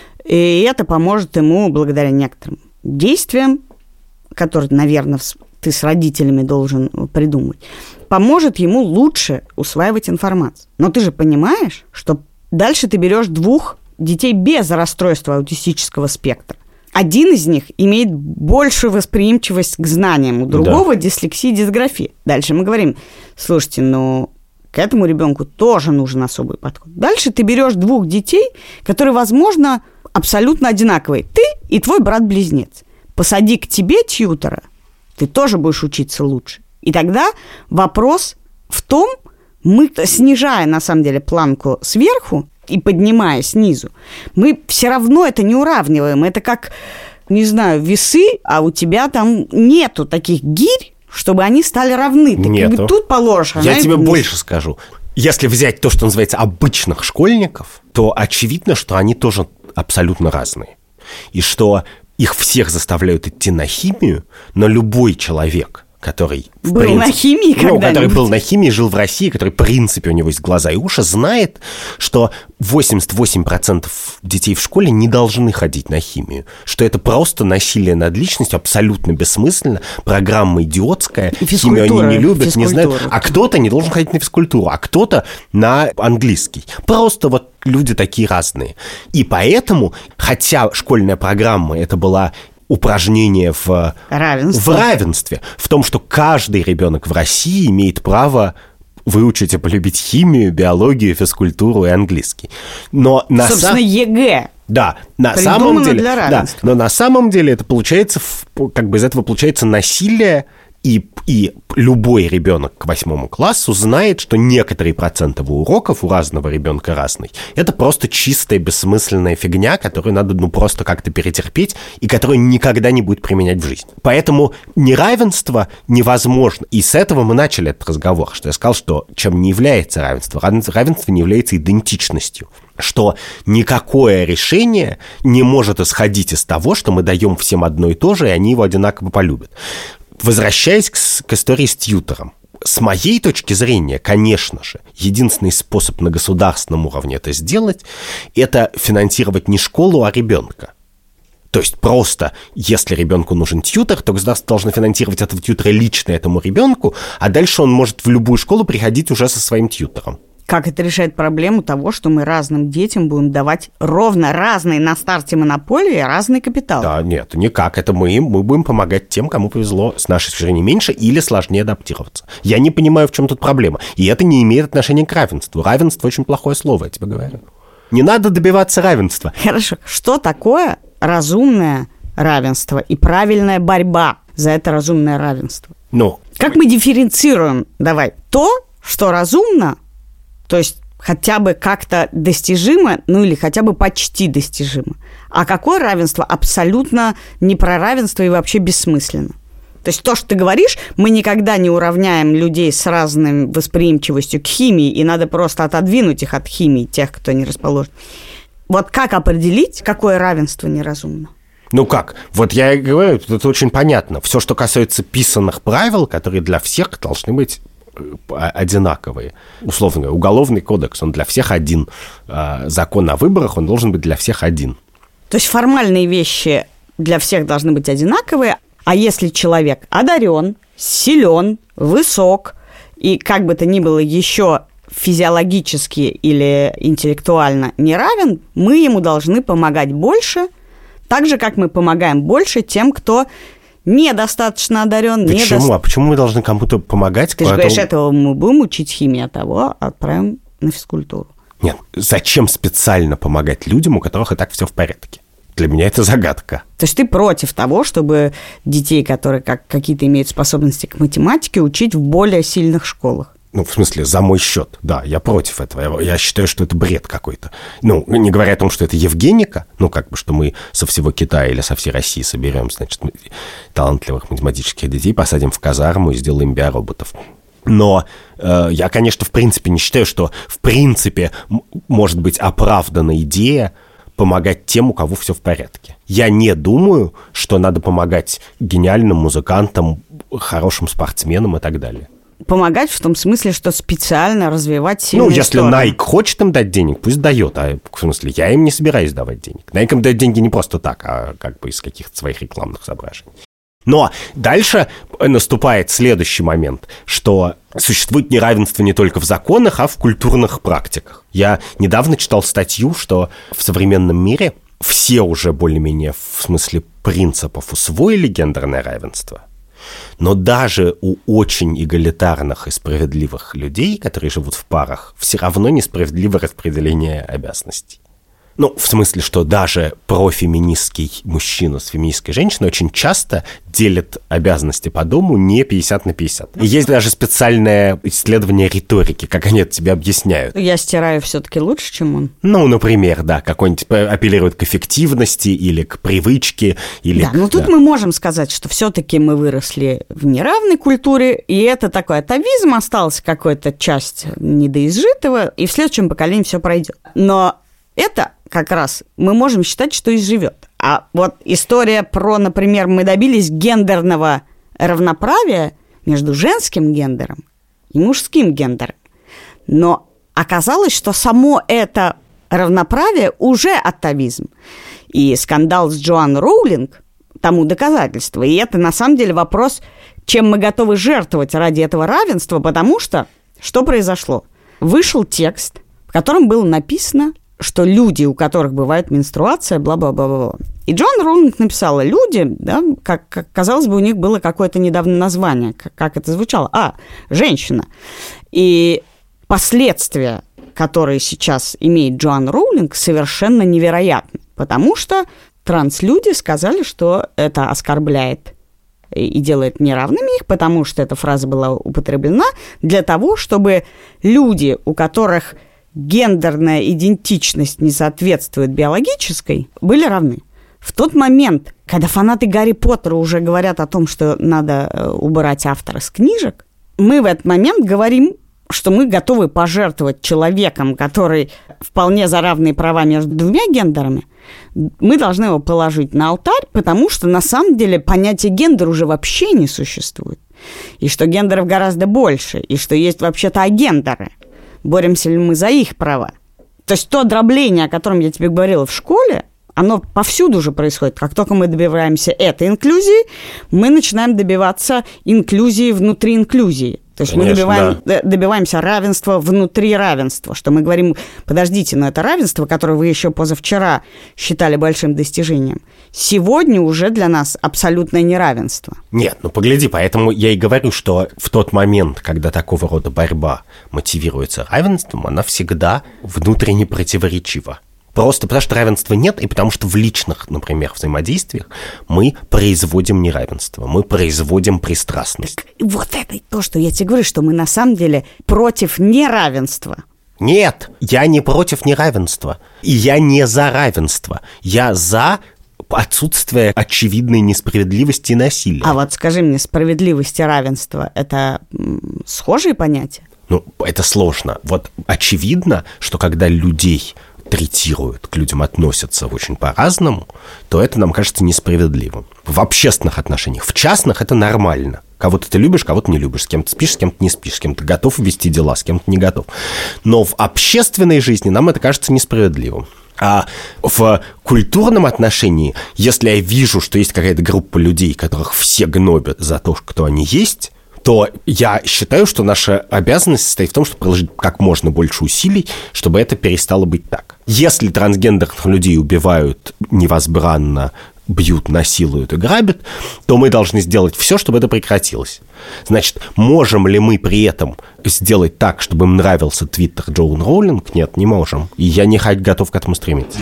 и это поможет ему благодаря некоторым действиям, которые, наверное, ты с родителями должен придумать, поможет ему лучше усваивать информацию. Но ты же понимаешь, что дальше ты берешь двух детей без расстройства аутистического спектра. Один из них имеет большую восприимчивость к знаниям, у другого да. дислексия и дисграфия. Дальше мы говорим, слушайте, ну, к этому ребенку тоже нужен особый подход. Дальше ты берешь двух детей, которые, возможно, абсолютно одинаковые. Ты и твой брат-близнец. Посади к тебе тьютера, ты тоже будешь учиться лучше. И тогда вопрос в том, мы, снижая, на самом деле, планку сверху и поднимая снизу, мы все равно это не уравниваем. Это как, не знаю, весы, а у тебя там нету таких гирь, чтобы они стали равны. Ты нету. Как бы тут положишь. Я тебе вниз. Больше скажу. Если взять то, что называется обычных школьников, то очевидно, что они тоже абсолютно разные. И что их всех заставляют идти на химию, но любой человек, который в был принципе, на химии ну, который был на химии, жил в России, который, в принципе, у него есть глаза и уши, знает, что восемьдесят восемь процентов детей в школе не должны ходить на химию, что это просто насилие над личностью, абсолютно бессмысленно, программа идиотская, химию они не любят, не знают, а кто-то не должен ходить на физкультуру, а кто-то на английский. Просто вот люди такие разные. И поэтому, хотя школьная программа это была упражнение в равенстве. в равенстве, в том, что каждый ребенок в России имеет право выучить и полюбить химию, биологию, физкультуру и английский. Но на собственно, сам... ЕГЭ. Да, на самом деле, да, но на самом деле это получается, как бы из этого получается насилие, и, и любой ребенок к восьмому классу знает, что некоторые проценты уроков у разного ребенка разный. Это просто чистая бессмысленная фигня, которую надо ну, просто как-то перетерпеть и которую никогда не будет применять в жизни. Поэтому неравенство невозможно. И с этого мы начали этот разговор, что я сказал, что чем не является равенство? Равенство не является идентичностью. Что никакое решение не может исходить из того, что мы даем всем одно и то же, и они его одинаково полюбят. Возвращаясь к, к истории с тьютором, с моей точки зрения, конечно же, единственный способ на государственном уровне это сделать, это финансировать не школу, а ребенка. То есть просто, если ребенку нужен тьютор, то государство должно финансировать этого тьютора лично этому ребенку, а дальше он может в любую школу приходить уже со своим тьютором. Как это решает проблему того, что мы разным детям будем давать ровно разные на старте монополии, разный капитал? Да, нет, никак. Это мы, мы будем помогать тем, кому повезло с нашей точки зрения меньше или сложнее адаптироваться. Я не понимаю, в чем тут проблема. И это не имеет отношения к равенству. Равенство очень плохое слово, я тебе говорю. Не надо добиваться равенства. Хорошо. Что такое разумное равенство и правильная борьба за это разумное равенство? Ну, как мы дифференцируем, давай, то, что разумно, то есть хотя бы как-то достижимо, ну или хотя бы почти достижимо. А какое равенство абсолютно не про равенство и вообще бессмысленно. То есть то, что ты говоришь, мы никогда не уравняем людей с разной восприимчивостью к химии, и надо просто отодвинуть их от химии, тех, кто не расположен. Вот как определить, какое равенство неразумно? Ну как? Вот я и говорю, это очень понятно. Все, что касается писанных правил, которые для всех должны быть одинаковые. Условно говоря, уголовный кодекс, он для всех один. Закон о выборах, он должен быть для всех один. То есть формальные вещи для всех должны быть одинаковые, а если человек одарен, силен, высок и как бы то ни было еще физиологически или интеллектуально не равен, мы ему должны помогать больше, так же, как мы помогаем больше тем, кто недостаточно одарен. Почему? Недо... А почему мы должны кому-то помогать? Ты же говоришь, этого мы будем учить химии, а того отправим на физкультуру. Нет, зачем специально помогать людям, у которых и так все в порядке? Для меня это загадка. То есть ты против того, чтобы детей, которые как, какие-то имеют способности к математике, учить в более сильных школах? Ну, в смысле, за мой счет. Да, я против этого. Я, я считаю, что это бред какой-то. Ну, не говоря о том, что это Евгеника, ну, как бы, что мы со всего Китая или со всей России соберем, значит, талантливых математических детей, посадим в казарму и сделаем биороботов. Но э, я, конечно, в принципе не считаю, что в принципе м- может быть оправдана идея помогать тем, у кого все в порядке. Я не думаю, что надо помогать гениальным музыкантам, хорошим спортсменам и так далее. Помогать в том смысле, что специально развивать сильные Ну, если стороны. Nike хочет им дать денег, пусть дает. А в смысле, я им не собираюсь давать денег. Nike им дает деньги не просто так, а как бы из каких-то своих рекламных соображений. Но дальше наступает следующий момент, что существует неравенство не только в законах, а в культурных практиках. Я недавно читал статью, что в современном мире все уже более-менее в смысле принципов усвоили гендерное равенство. Но даже у очень эгалитарных и справедливых людей, которые живут в парах, все равно несправедливо распределение обязанностей. Ну, в смысле, что даже профеминистский мужчина с феминистской женщиной очень часто делят обязанности по дому не пятьдесят на пятьдесят. И есть даже специальное исследование риторики, как они это тебе объясняют. Я стираю все-таки лучше, чем он. Ну, например, да, какой-нибудь апеллирует к эффективности или к привычке. Или да, к, но тут да. мы можем сказать, что все-таки мы выросли в неравной культуре, и это такой атовизм, осталась какая-то часть недоизжитого, и в следующем поколении все пройдет. Но это как раз мы можем считать, что изживет. А вот история про, например, мы добились гендерного равноправия между женским гендером и мужским гендером. Но оказалось, что само это равноправие уже атовизм. И скандал с Джоан Роулинг тому доказательство. И это на самом деле вопрос, чем мы готовы жертвовать ради этого равенства, потому что что произошло? Вышел текст, в котором было написано, что люди, у которых бывает менструация, бла-бла-бла-бла. И Джоан Роулинг написала «люди», да, как, как казалось бы, у них было какое-то недавно название, как, как это звучало. А, женщина. И последствия, которые сейчас имеет Джоан Роулинг, совершенно невероятны, потому что транслюди сказали, что это оскорбляет и делает неравными их, потому что эта фраза была употреблена для того, чтобы люди, у которых гендерная идентичность не соответствует биологической, были равны. В тот момент, когда фанаты Гарри Поттера уже говорят о том, что надо убрать автора с книжек, мы в этот момент говорим, что мы готовы пожертвовать человеком, который вполне за равные права между двумя гендерами, мы должны его положить на алтарь, потому что на самом деле понятие гендер уже вообще не существует. И что гендеров гораздо больше, и что есть вообще-то агендеры. Боремся ли мы за их права? То есть то дробление, о котором я тебе говорила в школе, Оно повсюду уже происходит. Как только мы добиваемся этой инклюзии, мы начинаем добиваться инклюзии внутри инклюзии. То есть Конечно, мы добиваем, да. добиваемся равенства внутри равенства, что мы говорим, подождите, но это равенство, которое вы еще позавчера считали большим достижением, сегодня уже для нас абсолютное неравенство. Нет, ну погляди, поэтому я и говорю, что в тот момент, когда такого рода борьба мотивируется равенством, она всегда внутренне противоречива. Просто потому что равенства нет, и потому что в личных, например, взаимодействиях мы производим неравенство, мы производим пристрастность. Так вот это то, что я тебе говорю, что мы на самом деле против неравенства. Нет, я не против неравенства, и я не за равенство, я за отсутствие очевидной несправедливости и насилия. А вот скажи мне, справедливость и равенство – это схожие понятия? Ну, это сложно. Вот очевидно, что когда людей третируют, к людям относятся очень по-разному, то это нам кажется несправедливым. В общественных отношениях. В частных это нормально. Кого-то ты любишь, кого-то не любишь. С кем-то спишь, с кем-то не спишь. С кем-то готов вести дела, с кем-то не готов. Но в общественной жизни нам это кажется несправедливым. А в культурном отношении, если я вижу, что есть какая-то группа людей, которых все гнобят за то, кто они есть, то я считаю, что наша обязанность состоит в том, чтобы приложить как можно больше усилий, чтобы это перестало быть так. Если трансгендерных людей убивают невозбранно, бьют, насилуют и грабят, то мы должны сделать все, чтобы это прекратилось. Значит, можем ли мы при этом сделать так, чтобы им нравился твиттер Джоан Роулинг? Нет, не можем. И я не готов к этому стремиться.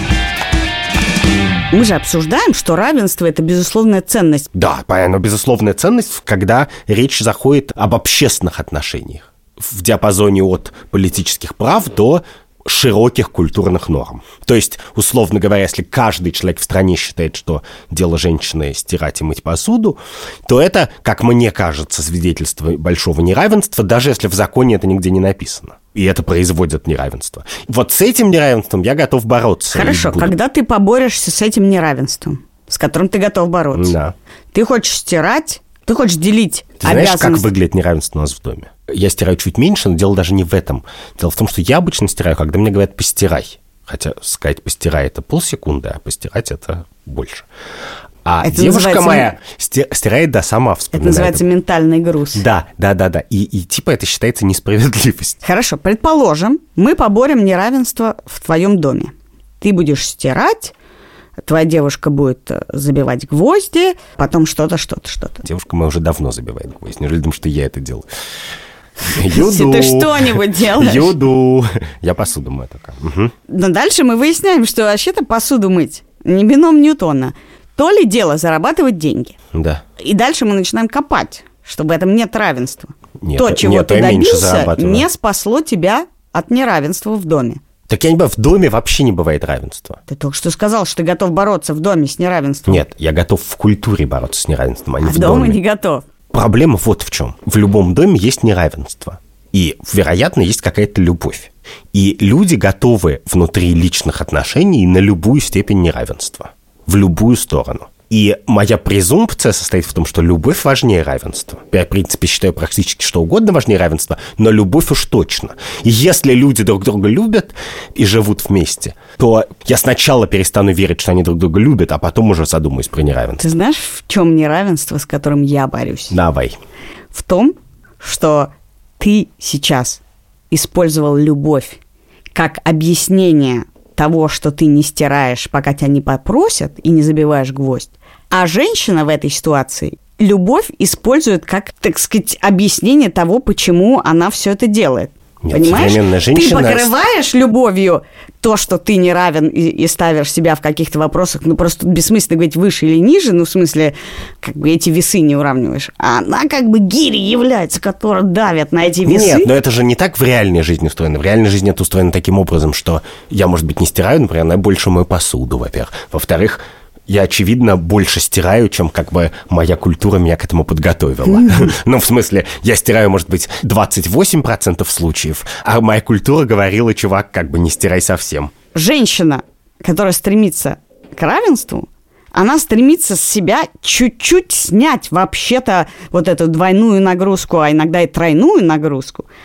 Мы же обсуждаем, что равенство – это безусловная ценность. Да, но безусловная ценность, когда речь заходит об общественных отношениях. В диапазоне от политических прав до широких культурных норм. То есть, условно говоря, если каждый человек в стране считает, что дело женщины стирать и мыть посуду, то это, как мне кажется, свидетельство большого неравенства, даже если в законе это нигде не написано. И это производит неравенство. Вот с этим неравенством я готов бороться. Хорошо, когда ты поборешься с этим неравенством, с которым ты готов бороться, да. Ты хочешь стирать, ты хочешь делить ты обязанности. Знаешь, как выглядит неравенство у нас в доме? Я стираю чуть меньше, но дело даже не в этом. Дело в том, что я обычно стираю, когда мне говорят «постирай». Хотя сказать «постирай» — это полсекунды, а постирать — это больше. А это девушка моя стирает, да, сама вспоминает. Это называется ментальный груз. Да, да, да, да. И, и типа это считается несправедливость. Хорошо, предположим, мы поборем неравенство в твоем доме. Ты будешь стирать, твоя девушка будет забивать гвозди, потом что-то, что-то, что-то. Девушка моя уже давно забивает гвозди. Неужели думаешь, что я это делаю? Юду. Ты что-нибудь делаешь? Юду. Я посуду мою только. Угу. Но дальше мы выясняем, что вообще-то посуду мыть не бином Ньютона. То ли дело зарабатывать деньги. Да. И дальше мы начинаем копать, чтобы в этом нет равенства. Нет, то, чего нет, ты добился, не спасло тебя от неравенства в доме. Так я не понимаю, в доме вообще не бывает равенства. Ты только что сказал, что ты готов бороться в доме с неравенством. Нет, я готов в культуре бороться с неравенством, а не а в дома доме. не готов. Проблема вот в чем. В любом доме есть неравенство. И, вероятно, есть какая-то любовь. И люди готовы внутри личных отношений на любую степень неравенства. В любую сторону. И моя презумпция состоит в том, что любовь важнее равенства. Я, в принципе, считаю практически что угодно важнее равенства, но любовь уж точно. И если люди друг друга любят и живут вместе, то я сначала перестану верить, что они друг друга любят, а потом уже задумаюсь про неравенство. Ты знаешь, в чем неравенство, с которым я борюсь? Давай. В том, что ты сейчас использовал любовь как объяснение того, что ты не стираешь, пока тебя не попросят, и не забиваешь гвоздь. А женщина в этой ситуации любовь использует как, так сказать, объяснение того, почему она все это делает. Нет, понимаешь? Женщина... Ты покрываешь любовью то, что ты не равен и, и ставишь себя в каких-то вопросах, ну, просто бессмысленно говорить выше или ниже, ну, в смысле, как бы эти весы не уравниваешь. А она как бы гири является, которые давят на эти весы. Нет, но это же не так в реальной жизни устроено. В реальной жизни это устроено таким образом, что я, может быть, не стираю, например, я больше мою посуду, во-первых. Во-вторых, я, очевидно, больше стираю, чем как бы моя культура меня к этому подготовила. Mm-hmm. Ну, в смысле, я стираю, может быть, двадцать восемь процентов случаев, а моя культура говорила, чувак, как бы не стирай совсем. Женщина, которая стремится к равенству, она стремится с себя чуть-чуть снять вообще-то вот эту двойную нагрузку, а иногда и тройную нагрузку.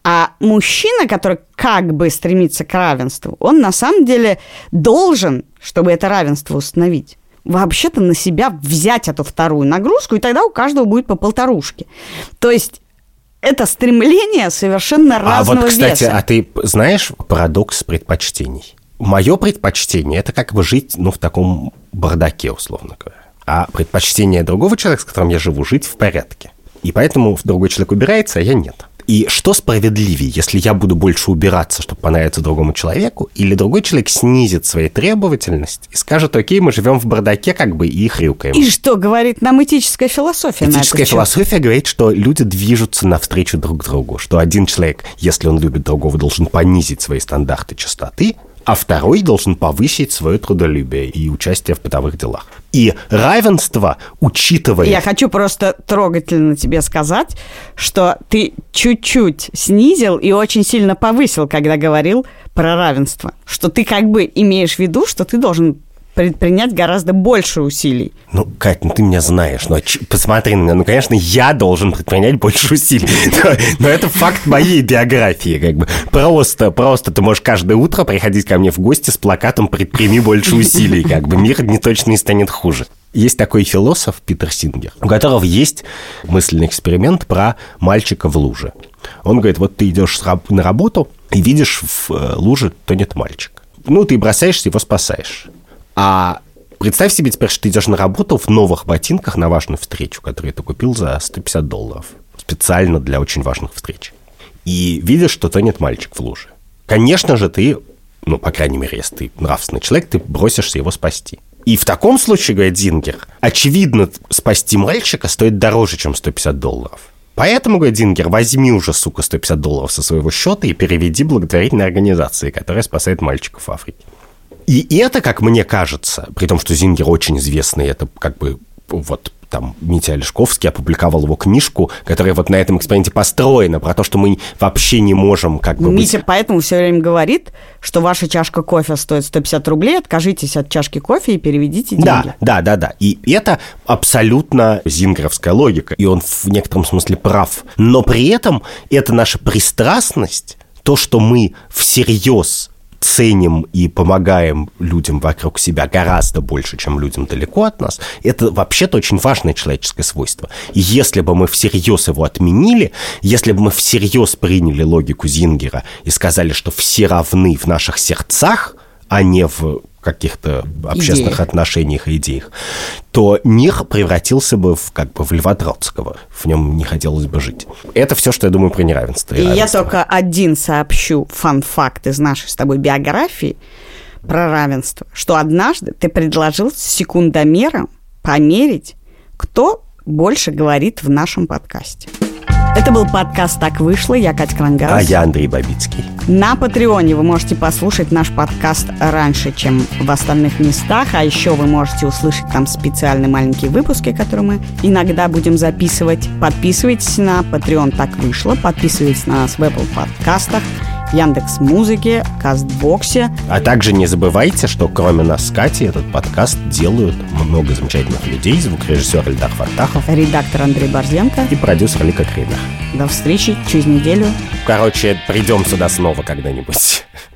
А мужчина, который как бы стремится к равенству, он на самом деле должен, чтобы это равенство установить, вообще-то на себя взять эту вторую нагрузку, и тогда у каждого будет по полторушке. То есть это стремление совершенно разного веса. А вот, кстати, веса. а ты знаешь парадокс предпочтений? Мое предпочтение – это как бы жить, ну, в таком бардаке, условно говоря. А предпочтение другого человека, с которым я живу, жить в порядке. И поэтому другой человек убирается, а я нет. И что справедливее, если я буду больше убираться, чтобы понравиться другому человеку, или другой человек снизит свои требовательности и скажет: окей, мы живем в бардаке как бы и хрюкаем. И что говорит нам этическая философия на Этическая этот счет? философия говорит, что люди движутся навстречу друг другу, что один человек, если он любит другого, должен понизить свои стандарты чистоты, а второй должен повысить свое трудолюбие и участие в бытовых делах. И равенство учитывает... Я хочу просто трогательно тебе сказать, что ты чуть-чуть снизил и очень сильно повысил, когда говорил про равенство. Что ты как бы имеешь в виду, что ты должен предпринять гораздо больше усилий. Ну, Кать, ну ты меня знаешь, ну посмотри на меня, ну, конечно, я должен предпринять больше усилий, но, но это факт моей биографии, как бы. Просто, просто ты можешь каждое утро приходить ко мне в гости с плакатом «Предприми больше усилий», как бы мир не точно не станет хуже. Есть такой философ Питер Сингер, у которого есть мысленный эксперимент про мальчика в луже. Он говорит: вот ты идешь на работу и видишь в луже тонет мальчик. Ну, ты бросаешься, его спасаешь. А представь себе теперь, что ты идешь на работу в новых ботинках на важную встречу, которую ты купил за сто пятьдесят долларов, специально для очень важных встреч. И видишь, что тонет мальчик в луже. Конечно же, ты, ну, по крайней мере, если ты нравственный человек, ты бросишься его спасти. И в таком случае, говорит Зингер, очевидно, спасти мальчика стоит дороже, чем сто пятьдесят долларов. Поэтому, говорит Зингер, возьми уже, сука, сто пятьдесят долларов со своего счета и переведи благотворительной организации, которая спасает мальчиков в Африке. И это, как мне кажется, при том, что Зингер очень известный, это как бы вот там Митя Олешковский опубликовал его книжку, которая вот на этом эксперименте построена, про то, что мы вообще не можем как бы... Митя быть... поэтому все время говорит, что ваша чашка кофе стоит сто пятьдесят рублей, откажитесь от чашки кофе и переведите деньги. Да, да, да, да. И это абсолютно зингеровская логика, и он в некотором смысле прав. Но при этом это наша пристрастность, то, что мы всерьез ценим и помогаем людям вокруг себя гораздо больше, чем людям далеко от нас, это вообще-то очень важное человеческое свойство. И если бы мы всерьез его отменили, если бы мы всерьез приняли логику Зингера и сказали, что все равны в наших сердцах, а не в каких-то общественных идеях. отношениях и идеях, то мир превратился бы в, как бы, в Льва Троцкого. В нем не хотелось бы жить. Это все, что я думаю про неравенство. И, и равенство. я только один сообщу фан-факт из нашей с тобой биографии про равенство, что однажды ты предложил с секундомером померить, кто больше говорит в нашем подкасте. Это был подкаст «Так вышло». Я Катя Крангаус. А я Андрей Бабицкий. На Патреоне вы можете послушать наш подкаст раньше, чем в остальных местах. А еще вы можете услышать там специальные маленькие выпуски, которые мы иногда будем записывать. Подписывайтесь на Patreon «Так вышло». Подписывайтесь на нас в Apple подкастах, Яндекс.Музыке, Кастбоксе. А также не забывайте, что кроме нас с Катей этот подкаст делают много замечательных людей. Звукорежиссер Эльдар Фаттахов, Редактор Андрей Борзенко и продюсер Лика Кринер. До встречи через неделю. Короче, придем сюда снова когда-нибудь.